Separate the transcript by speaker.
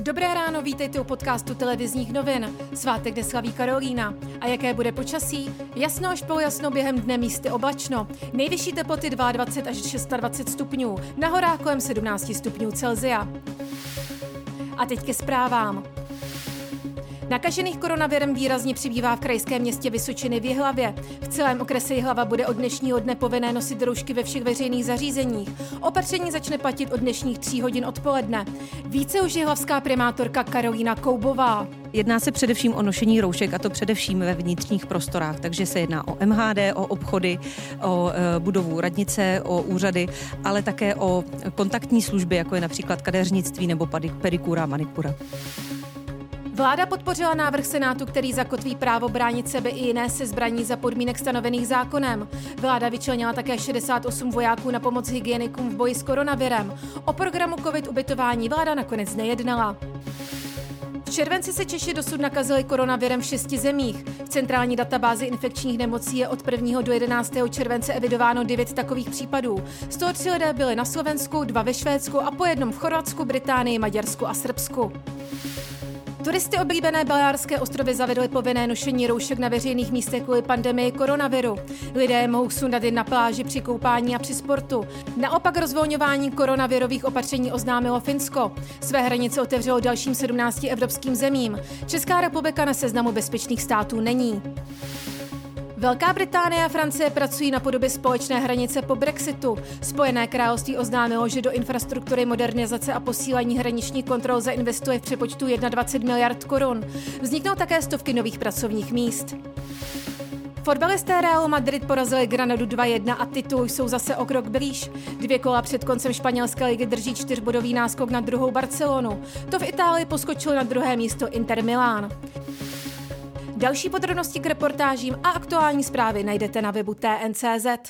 Speaker 1: Dobré ráno, vítejte u podcastu televizních novin. Svátek neslaví Karolína. A jaké bude počasí? Jasno až polojasno, během dne místy oblačno. Nejvyšší teploty 22 až 26 stupňů, na horách kolem 17 stupňů Celsia. A teď ke zprávám. Nakažených koronavirem výrazně přibývá v krajském městě Vysočiny v Jihlavě. V celém okrese Jihlava bude od dnešního dne povinné nosit roušky ve všech veřejných zařízeních. Opatření začne platit od dnešních 3 hodin odpoledne. Více už jihlavská primátorka Karolína Koubová.
Speaker 2: Jedná se především o nošení roušek, a to především ve vnitřních prostorách, takže se jedná o MHD, o obchody, o budovu radnice, o úřady, ale také o kontaktní služby, jako je například kadeřnictví nebo pedikura, manikura.
Speaker 1: Vláda podpořila návrh Senátu, který zakotví právo bránit sebe i jiné se zbraní za podmínek stanovených zákonem. Vláda vyčlenila také 68 vojáků na pomoc hygienikům v boji s koronavirem. O programu COVID ubytování vláda nakonec nejednala. V červenci se Češi dosud nakazili koronavirem v 6 zemích. V centrální databázi infekčních nemocí je od 1. do 11. července evidováno 9 takových případů. Z toho 3 lidé byli na Slovensku, 2 ve Švédsku a po jednom v Chorvatsku, Británii, Maďarsku a Srbsku. Turisty oblíbené Baleárské ostrovy zavedly povinné nošení roušek na veřejných místech kvůli pandemii koronaviru. Lidé mohou sundat jen na pláži, při koupání a při sportu. Naopak rozvolňování koronavirových opatření oznámilo Finsko. Své hranice otevřelo dalším 17 evropským zemím. Česká republika na seznamu bezpečných států není. Velká Británie a Francie pracují na podobě společné hranice po Brexitu. Spojené království oznámilo, že do infrastruktury modernizace a posílení hraničních kontrol zainvestuje v přepočtu 21 miliard korun. Vzniknou také stovky nových pracovních míst. Fotbalisté Realu Madrid porazili Granadu 2-1 a titul jsou zase o krok blíž. 2 kola před koncem španělské ligy drží 4bodový náskok na druhou Barcelonu. To v Itálii poskočilo na druhé místo Inter Milán. Další podrobnosti k reportážím a aktuální zprávy najdete na webu TN.cz.